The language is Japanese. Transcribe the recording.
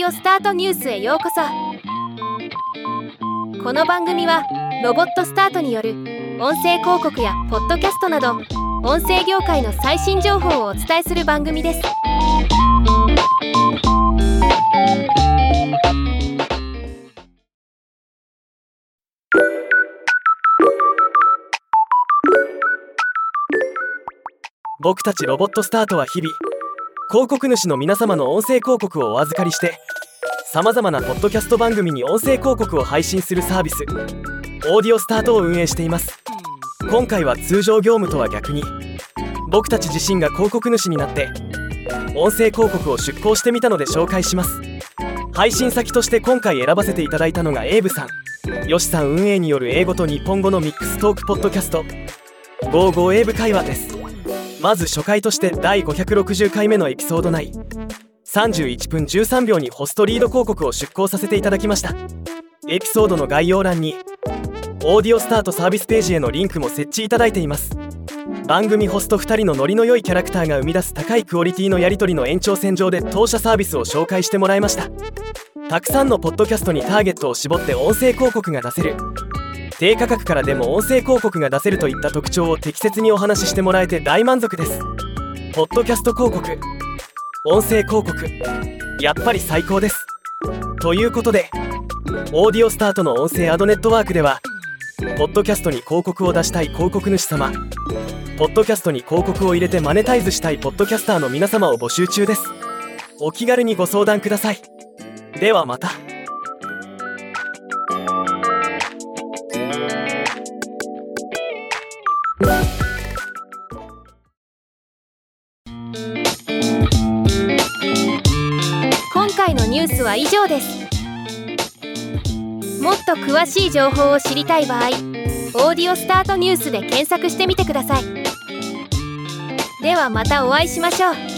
オスタートニュースへようこそ。この番組はロボットスタートによる音声広告やポッドキャストなど音声業界の最新情報をお伝えする番組です。 僕たちロボットスタートは日々広告主の皆様の音声広告をお預かりしてさまざまなポッドキャスト番組に音声広告を配信するサービスオーディオスタートを運営しています。今回は通常業務とは逆に僕たち自身が広告主になって音声広告を出稿してみたので紹介します。配信先として今回選ばせていただいたのがエイブさん、ヨシさん運営による英語と日本語のミックストークポッドキャスト55英語会話です。まず初回として第560回目のエピソード内31分13秒にホストリード広告を出稿させていただきました。エピソードの概要欄にオーディオスタートサービスページへのリンクも設置いただいています。番組ホスト2人のノリの良いキャラクターが生み出す高いクオリティのやり取りの延長線上で当社サービスを紹介してもらいました。たくさんのポッドキャストにターゲットを絞って音声広告が出せる、低価格からでも音声広告が出せるといった特徴を適切にお話ししてもらえて大満足です。ポッドキャスト広告、音声広告、やっぱり最高です。ということでオーディオスタートの音声アドネットワークではポッドキャストに広告を出したい広告主様、ポッドキャストに広告を入れてマネタイズしたいポッドキャスターの皆様を募集中です。お気軽にご相談ください。ではまた。 今回のニュースは以上です。もっと詳しい情報を知りたい場合、オーディオスタートニュースで検索してみてください。ではまたお会いしましょう。